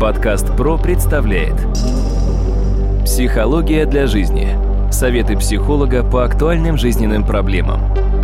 Подкаст ПРО представляет «Психология для жизни». Советы психолога по актуальным жизненным проблемам.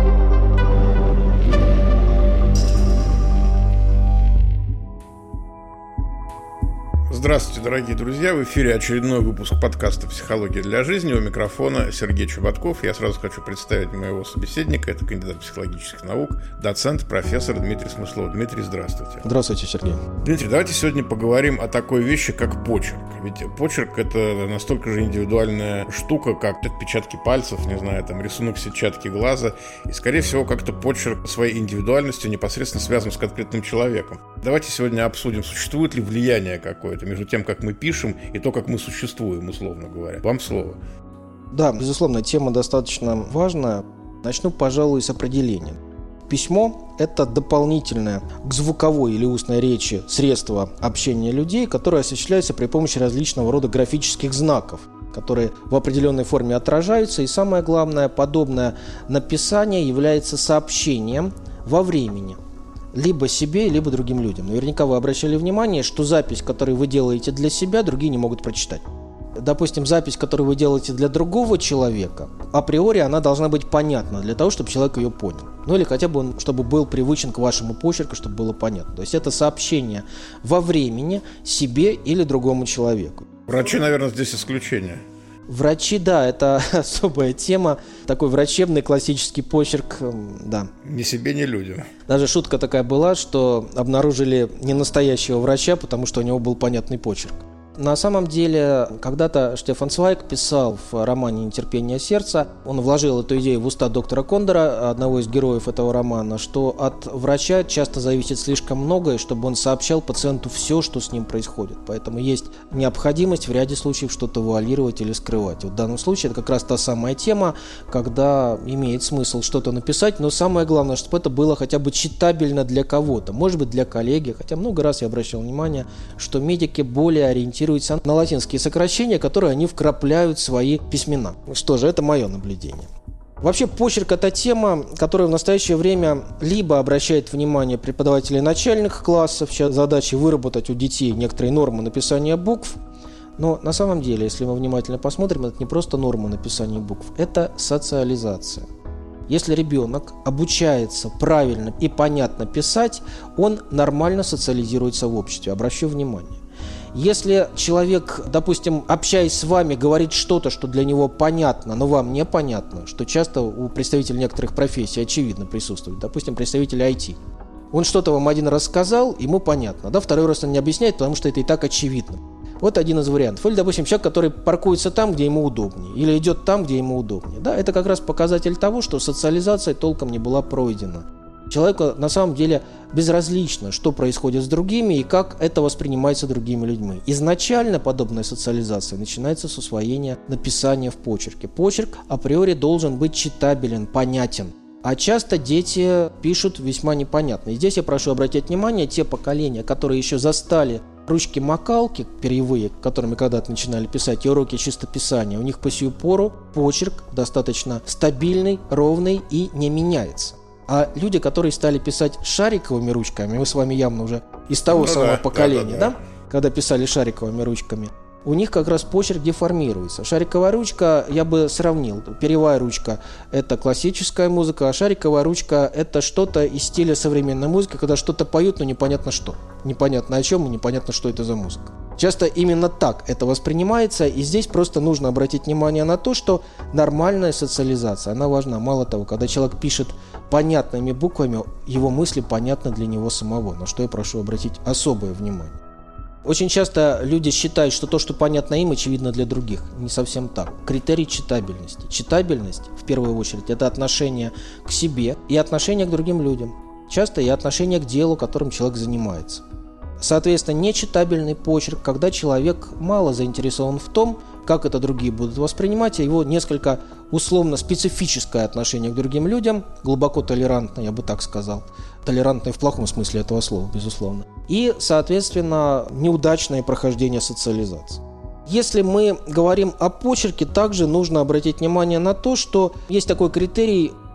Здравствуйте, дорогие друзья! В эфире очередной выпуск подкаста «Психология для жизни». У микрофона Сергей Чеботков. Я сразу хочу представить моего собеседника. Это кандидат психологических наук, доцент, профессор Дмитрий Смыслов. Дмитрий, здравствуйте. Здравствуйте, Сергей. Дмитрий, давайте сегодня поговорим о такой вещи, как почерк. Ведь почерк – это настолько же индивидуальная штука, как отпечатки пальцев, не знаю, там рисунок сетчатки глаза. И, скорее всего, как-то почерк своей индивидуальностью непосредственно связан с конкретным человеком. Давайте сегодня обсудим, существует ли влияние какое-то между тем, как мы пишем, и то, как мы существуем, условно говоря. Вам слово. Да, безусловно, тема достаточно важная. Начну, пожалуй, с определения. Письмо – это дополнительное к звуковой или устной речи средство общения людей, которое осуществляется при помощи различного рода графических знаков, которые в определенной форме отражаются. И самое главное, подобное написание является сообщением во времени. Либо себе, либо другим людям. Наверняка вы обращали внимание, что запись, которую вы делаете для себя, другие не могут прочитать. Допустим, запись, которую вы делаете для другого человека, априори она должна быть понятна для того, чтобы человек ее понял. Ну или хотя бы он, чтобы был привычен к вашему почерку, чтобы было понятно. То есть это сообщение во времени себе или другому человеку. Врачи, наверное, здесь исключение. Врачи, да, это особая тема, такой врачебный классический почерк, да. Ни себе, ни людям. Даже шутка такая была, что обнаружили не настоящего врача, потому что у него был понятный почерк. На самом деле, когда-то Штефан Цвайг писал в романе «Нетерпение сердца», он вложил эту идею в уста доктора Кондора, одного из героев этого романа, что от врача часто зависит слишком многое, чтобы он сообщал пациенту все, что с ним происходит. Поэтому есть необходимость в ряде случаев что-то вуалировать или скрывать. В данном случае это как раз та самая тема, когда имеет смысл что-то написать, но самое главное, чтобы это было хотя бы читабельно для кого-то, может быть, для коллеги. Хотя много раз я обращал внимание, что медики более ориентируются на латинские сокращения, которые они вкрапляют в свои письмена. Что же, это мое наблюдение. Вообще, почерк – это тема, которая в настоящее время либо обращает внимание преподавателей начальных классов, чья задача выработать у детей некоторые нормы написания букв. Но на самом деле, если мы внимательно посмотрим, это не просто норма написания букв, это социализация. Если ребенок обучается правильно и понятно писать, он нормально социализируется в обществе. Обращу внимание. Если человек, допустим, общаясь с вами, говорит что-то, что для него понятно, но вам непонятно, что часто у представителей некоторых профессий очевидно присутствует, допустим, представители IT. Он что-то вам один раз сказал, ему понятно, да, второй раз он не объясняет, потому что это и так очевидно. Вот один из вариантов. Или, допустим, человек, который паркуется там, где ему удобнее, или идет там, где ему удобнее. Да, это как раз показатель того, что социализация толком не была пройдена. Человеку на самом деле безразлично, что происходит с другими и как это воспринимается другими людьми. Изначально подобная социализация начинается с усвоения написания в почерке. Почерк априори должен быть читабелен, понятен. А часто дети пишут весьма непонятно. И здесь я прошу обратить внимание, те поколения, которые еще застали ручки-макалки перьевые, которыми когда-то начинали писать, и уроки чистописания, у них по сию пору почерк достаточно стабильный, ровный и не меняется. А люди, которые стали писать шариковыми ручками, мы с вами явно уже из того самого поколения, да? Когда писали шариковыми ручками, у них как раз почерк деформируется. Шариковая ручка, я бы сравнил, перьевая ручка – это классическая музыка, а шариковая ручка – это что-то из стиля современной музыки, когда что-то поют, но непонятно что. Непонятно о чем и непонятно, что это за музыка. Часто именно так это воспринимается, и здесь просто нужно обратить внимание на то, что нормальная социализация, она важна. Мало того, когда человек пишет понятными буквами, его мысли понятны для него самого, на что я прошу обратить особое внимание. Очень часто люди считают, что то, что понятно им, очевидно для других. Не совсем так. Критерий читабельности. Читабельность, в первую очередь, это отношение к себе и отношение к другим людям. Часто и отношение к делу, которым человек занимается. Соответственно, нечитабельный почерк, когда человек мало заинтересован в том, как это другие будут воспринимать, а его несколько условно специфическое отношение к другим людям, глубоко толерантное, я бы так сказал, толерантное в плохом смысле этого слова, безусловно, и, соответственно, неудачное прохождение социализации. Если мы говорим о почерке, также нужно обратить внимание на то, что есть такой критерий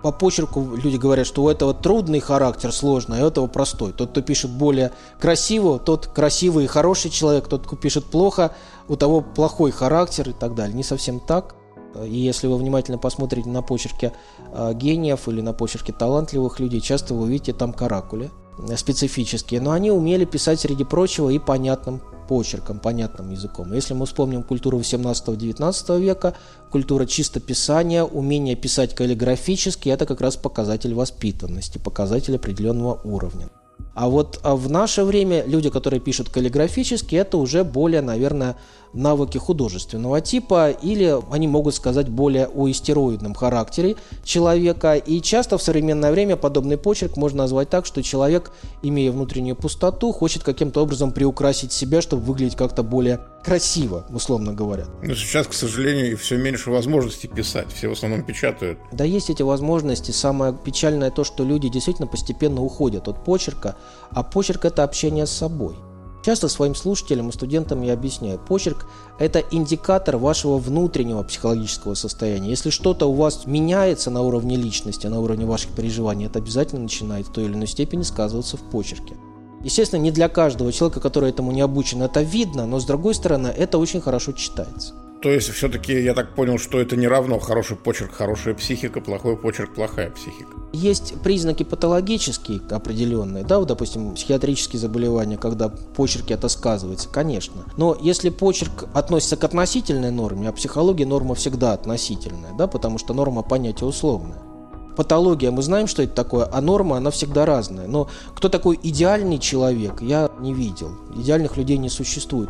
По почерку люди говорят, что у этого трудный характер, сложный, а у этого простой. Тот, кто пишет более красиво, тот красивый и хороший человек, тот, кто пишет плохо, у того плохой характер и так далее. Не совсем так. И если вы внимательно посмотрите на почерки гениев или на почерки талантливых людей, часто вы увидите там каракули специфические. Но они умели писать, среди прочего, и понятным почерком, понятным языком. Если мы вспомним культуру 18-19 века, культура чистописания, умение писать каллиграфически – это как раз показатель воспитанности, показатель определенного уровня. А вот в наше время люди, которые пишут каллиграфически, это уже более, наверное, навыки художественного типа, или они могут сказать более о истероидном характере человека. И часто в современное время подобный почерк можно назвать так, что человек, имея внутреннюю пустоту, хочет каким-то образом приукрасить себя, чтобы выглядеть как-то более красиво, условно говоря. Но сейчас, к сожалению, все меньше возможностей писать. Все в основном печатают. Да, есть эти возможности. Самое печальное то, что люди действительно постепенно уходят от почерка, а почерк – это общение с собой. Часто своим слушателям и студентам я объясняю, почерк – это индикатор вашего внутреннего психологического состояния. Если что-то у вас меняется на уровне личности, на уровне ваших переживаний, это обязательно начинает в той или иной степени сказываться в почерке. Естественно, не для каждого человека, который этому не обучен, это видно, но с другой стороны, это очень хорошо читается. То есть, все-таки я так понял, что это не равно хороший почерк, хорошая психика, плохой почерк, плохая психика. Есть признаки патологические определенные, да, вот, допустим, психиатрические заболевания, когда почерки это сказывается, конечно. Но если почерк относится к относительной норме, а психология норма всегда относительная, да, потому что норма понятие условное. Патология, мы знаем, что это такое, а норма, она всегда разная. Но кто такой идеальный человек, я не видел. Идеальных людей не существует.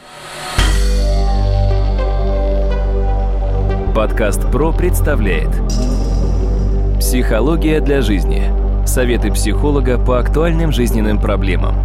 Подкаст «Про» представляет «Психология для жизни». Советы психолога по актуальным жизненным проблемам.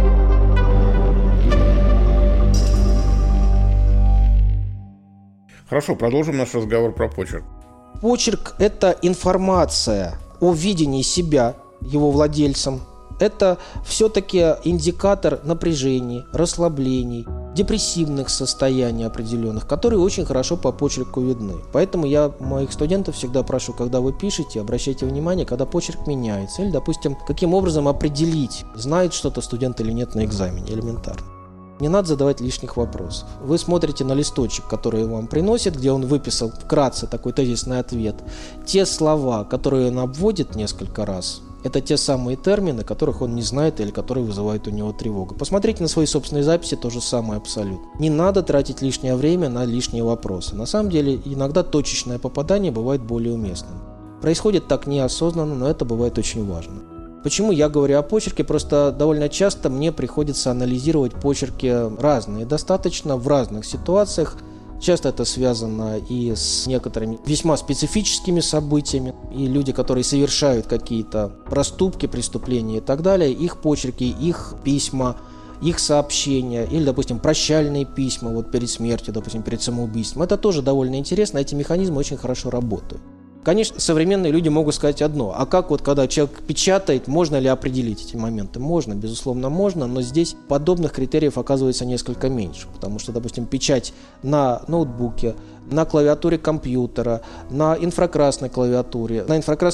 Хорошо, продолжим наш разговор про почерк. Почерк – это информация о видении себя его владельцем. Это все-таки индикатор напряжений, расслаблений, депрессивных состояний определенных, которые очень хорошо по почерку видны. Поэтому я моих студентов всегда прошу, когда вы пишете, обращайте внимание, когда почерк меняется. Или, допустим, каким образом определить, знает что-то студент или нет на экзамене, элементарно. Не надо задавать лишних вопросов. Вы смотрите на листочек, который вам приносит, где он выписал вкратце такой тезисный ответ. Те слова, которые он обводит несколько раз, это те самые термины, которых он не знает или которые вызывают у него тревогу. Посмотрите на свои собственные записи, то же самое абсолютно. Не надо тратить лишнее время на лишние вопросы. На самом деле, иногда точечное попадание бывает более уместным. Происходит так неосознанно, но это бывает очень важно. Почему я говорю о почерке? Просто довольно часто мне приходится анализировать почерки разные, достаточно в разных ситуациях. Часто это связано и с некоторыми весьма специфическими событиями. И люди, которые совершают какие-то проступки, преступления и так далее, их почерки, их письма, их сообщения или, допустим, прощальные письма вот перед смертью, допустим, перед самоубийством. Это тоже довольно интересно, эти механизмы очень хорошо работают. Конечно, современные люди могут сказать одно. А как вот, когда человек печатает, можно ли определить эти моменты? Можно, безусловно, можно, но здесь подобных критериев оказывается несколько меньше. Потому что, допустим, печать на ноутбуке, на клавиатуре компьютера, на инфракрасной клавиатуре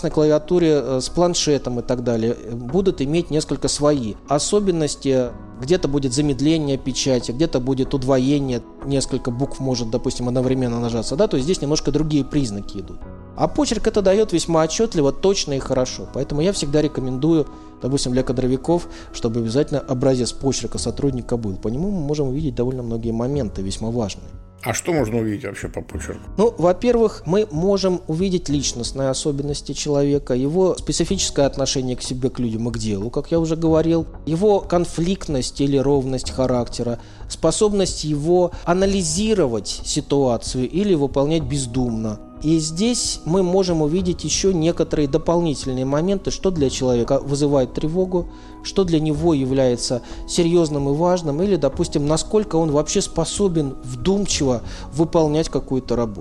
с планшетом и так далее будут иметь несколько свои особенности. Где-то будет замедление печати, где-то будет удвоение, несколько букв может, допустим, одновременно нажаться, да, то есть здесь немножко другие признаки идут. А почерк это дает весьма отчетливо, точно и хорошо. Поэтому я всегда рекомендую, допустим, для кадровиков, чтобы обязательно образец почерка сотрудника был. По нему мы можем увидеть довольно многие моменты, весьма важные. А что можно увидеть вообще по почерку? Ну, во-первых, мы можем увидеть личностные особенности человека, его специфическое отношение к себе, к людям и к делу, как я уже говорил, его конфликтность или ровность характера, способность его анализировать ситуацию или выполнять бездумно. И здесь мы можем увидеть еще некоторые дополнительные моменты, что для человека вызывает тревогу, что для него является серьезным и важным, или, допустим, насколько он вообще способен вдумчиво выполнять какую-то работу.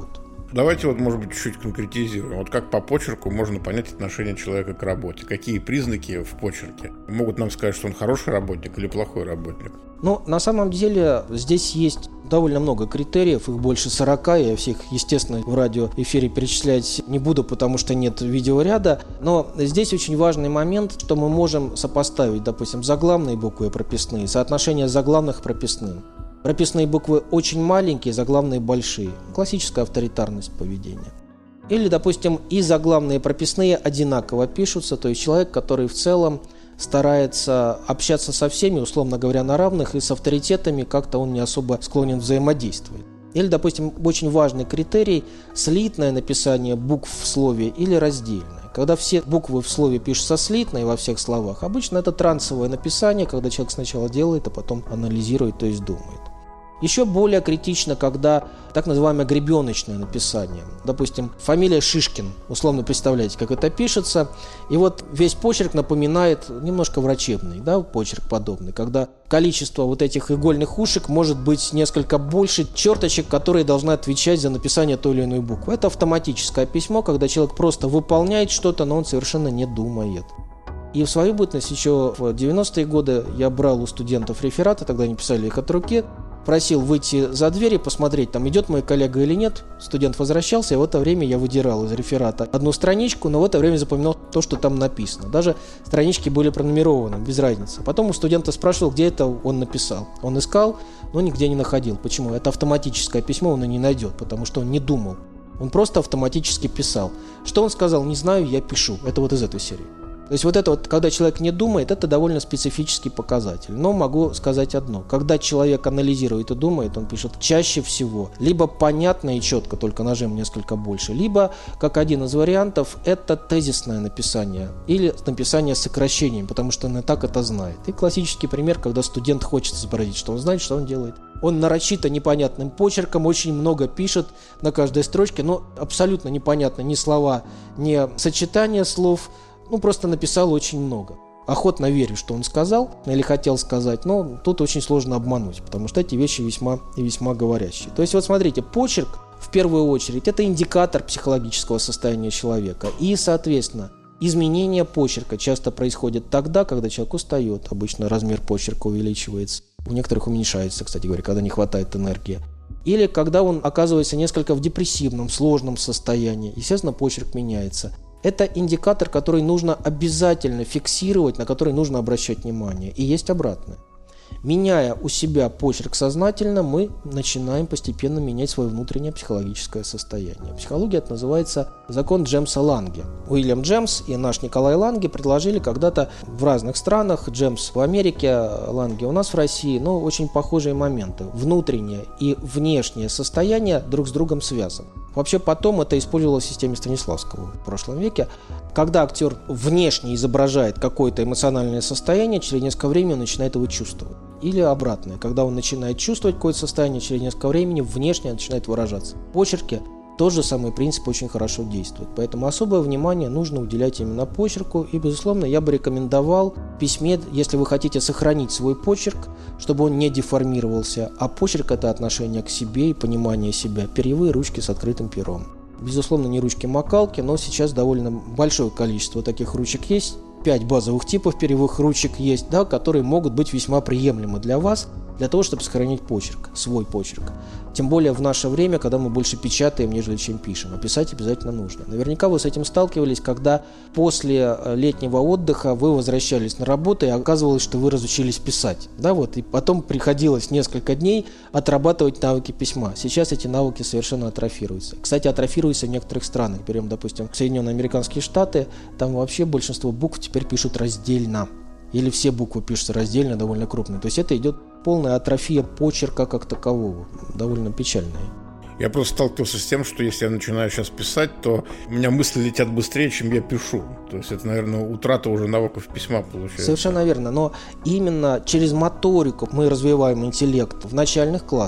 Давайте может быть, чуть-чуть конкретизируем. Вот как по почерку можно понять отношение человека к работе? Какие признаки в почерке могут нам сказать, что он хороший работник или плохой работник? На самом деле здесь есть довольно много критериев, их больше 40, я всех, естественно, в радиоэфире перечислять не буду, потому что нет видеоряда, но здесь очень важный момент, что мы можем сопоставить, допустим, заглавные буквы и прописные, соотношение заглавных к прописным. Прописные буквы очень маленькие, заглавные большие. Классическая авторитарность поведения. Или, допустим, и заглавные, и прописные одинаково пишутся, то есть человек, который в целом старается общаться со всеми, условно говоря, на равных, и с авторитетами как-то он не особо склонен взаимодействовать. Или, допустим, очень важный критерий – слитное написание букв в слове или раздельное. Когда все буквы в слове пишутся слитно и во всех словах, обычно это трансовое написание, когда человек сначала делает, а потом анализирует, то есть думает. Еще более критично, когда так называемое гребеночное написание. Допустим, фамилия Шишкин. Условно представляете, как это пишется. И вот весь почерк напоминает немножко врачебный, почерк подобный. Когда количество вот этих игольных ушек может быть несколько больше черточек, которые должны отвечать за написание той или иной буквы. Это автоматическое письмо, когда человек просто выполняет что-то, но он совершенно не думает. И в свою бытность еще в 90-е годы я брал у студентов рефераты, тогда они писали их от руки, просил выйти за дверь и посмотреть, там идет мой коллега или нет. Студент возвращался, и в это время я выдирал из реферата одну страничку, но в это время запоминал то, что там написано. Даже странички были пронумерованы, без разницы. Потом у студента спрашивал, где это он написал. Он искал, но нигде не находил. Почему? Это автоматическое письмо, он и не найдет, потому что он не думал. Он просто автоматически писал. Что он сказал? Не знаю, я пишу. Это вот из этой серии. То есть вот это вот, когда человек не думает, это довольно специфический показатель. Но могу сказать одно. Когда человек анализирует и думает, он пишет чаще всего либо понятно и четко, только нажим несколько больше, либо, как один из вариантов, это тезисное написание или написание с сокращением, потому что он и так это знает. И классический пример, когда студент хочет изобразить, что он знает, что он делает. Он нарочито непонятным почерком очень много пишет на каждой строчке, но абсолютно непонятно ни слова, ни сочетания слов. Просто написал очень много. Охотно верю, что он сказал или хотел сказать, но тут очень сложно обмануть, потому что эти вещи весьма и весьма говорящие. То есть вот смотрите, почерк в первую очередь это индикатор психологического состояния человека. И, соответственно, изменение почерка часто происходит тогда, когда человек устает. Обычно размер почерка увеличивается. У некоторых уменьшается, кстати говоря, когда не хватает энергии. Или когда он оказывается несколько в депрессивном, сложном состоянии. Естественно, почерк меняется. Это индикатор, который нужно обязательно фиксировать, на который нужно обращать внимание. И есть обратное. Меняя у себя почерк сознательно, мы начинаем постепенно менять свое внутреннее психологическое состояние. В психологии это называется закон Джемса Ланге. Уильям Джемс и наш Николай Ланге предложили когда-то в разных странах, Джемс в Америке, Ланге у нас в России, но очень похожие моменты. Внутреннее и внешнее состояние друг с другом связаны. Вообще потом это использовалось в системе Станиславского в прошлом веке. Когда актер внешне изображает какое-то эмоциональное состояние, через несколько времени он начинает его чувствовать. Или обратное, когда он начинает чувствовать какое-то состояние, через несколько времени внешне начинает выражаться. В почерке тот же самый принцип очень хорошо действует. Поэтому особое внимание нужно уделять именно почерку. И, безусловно, я бы рекомендовал в письме, если вы хотите сохранить свой почерк, чтобы он не деформировался, а почерк – это отношение к себе и понимание себя, перьевые ручки с открытым пером. Безусловно, не ручки-макалки, но сейчас довольно большое количество таких ручек есть. 5 базовых типов перьевых ручек есть, которые могут быть весьма приемлемы для вас, для того, чтобы сохранить почерк, свой почерк. Тем более в наше время, когда мы больше печатаем, нежели чем пишем. А писать обязательно нужно. Наверняка вы с этим сталкивались, когда после летнего отдыха вы возвращались на работу, и оказывалось, что вы разучились писать. И потом приходилось несколько дней отрабатывать навыки письма. Сейчас эти навыки совершенно атрофируются. Кстати, атрофируются в некоторых странах. Берем, допустим, Соединенные Американские Штаты. Там вообще большинство букв теперь пишут раздельно. Или все буквы пишутся раздельно, довольно крупные. То есть это идет полная атрофия почерка как такового. Довольно печальная. Я просто сталкивался с тем, что если я начинаю сейчас писать, то у меня мысли летят быстрее, чем я пишу. То есть это, наверное, утрата уже навыков письма получается. Совершенно верно. Но именно через моторику мы развиваем интеллект в начальных классах.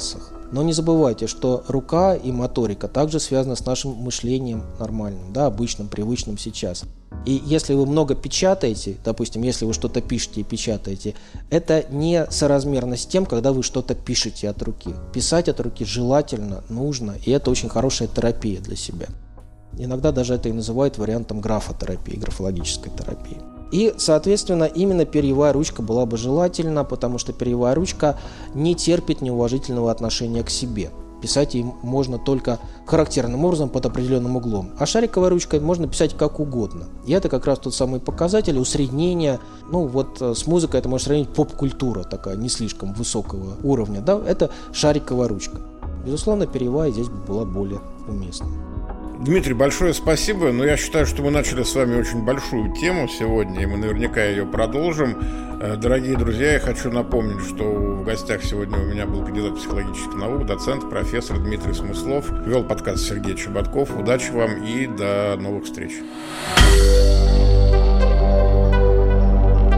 Но не забывайте, что рука и моторика также связаны с нашим мышлением нормальным, да, обычным, привычным сейчас. И если вы много печатаете, допустим, если вы что-то пишете и печатаете, это не соразмерно с тем, когда вы что-то пишете от руки. Писать от руки желательно, нужно, и это очень хорошая терапия для себя. Иногда даже это и называют вариантом графотерапии, графологической терапии. И, соответственно, именно перьевая ручка была бы желательна, потому что перьевая ручка не терпит неуважительного отношения к себе. Писать им можно только характерным образом под определенным углом. А шариковой ручкой можно писать как угодно. И это как раз тот самый показатель усреднения. С музыкой это можно сравнить поп-культура такая, не слишком высокого уровня. Да? Это шариковая ручка. Безусловно, перьевая здесь была более уместна. Дмитрий, большое спасибо, но я считаю, что мы начали с вами очень большую тему сегодня, и мы наверняка ее продолжим. Дорогие друзья, я хочу напомнить, что в гостях сегодня у меня был кандидат психологических наук, доцент, профессор Дмитрий Смыслов. Вел подкаст Сергей Чеботков. Удачи вам и до новых встреч.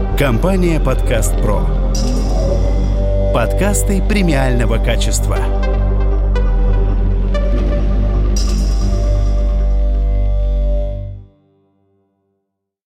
Компания «Подкаст Про». Подкасты премиального качества.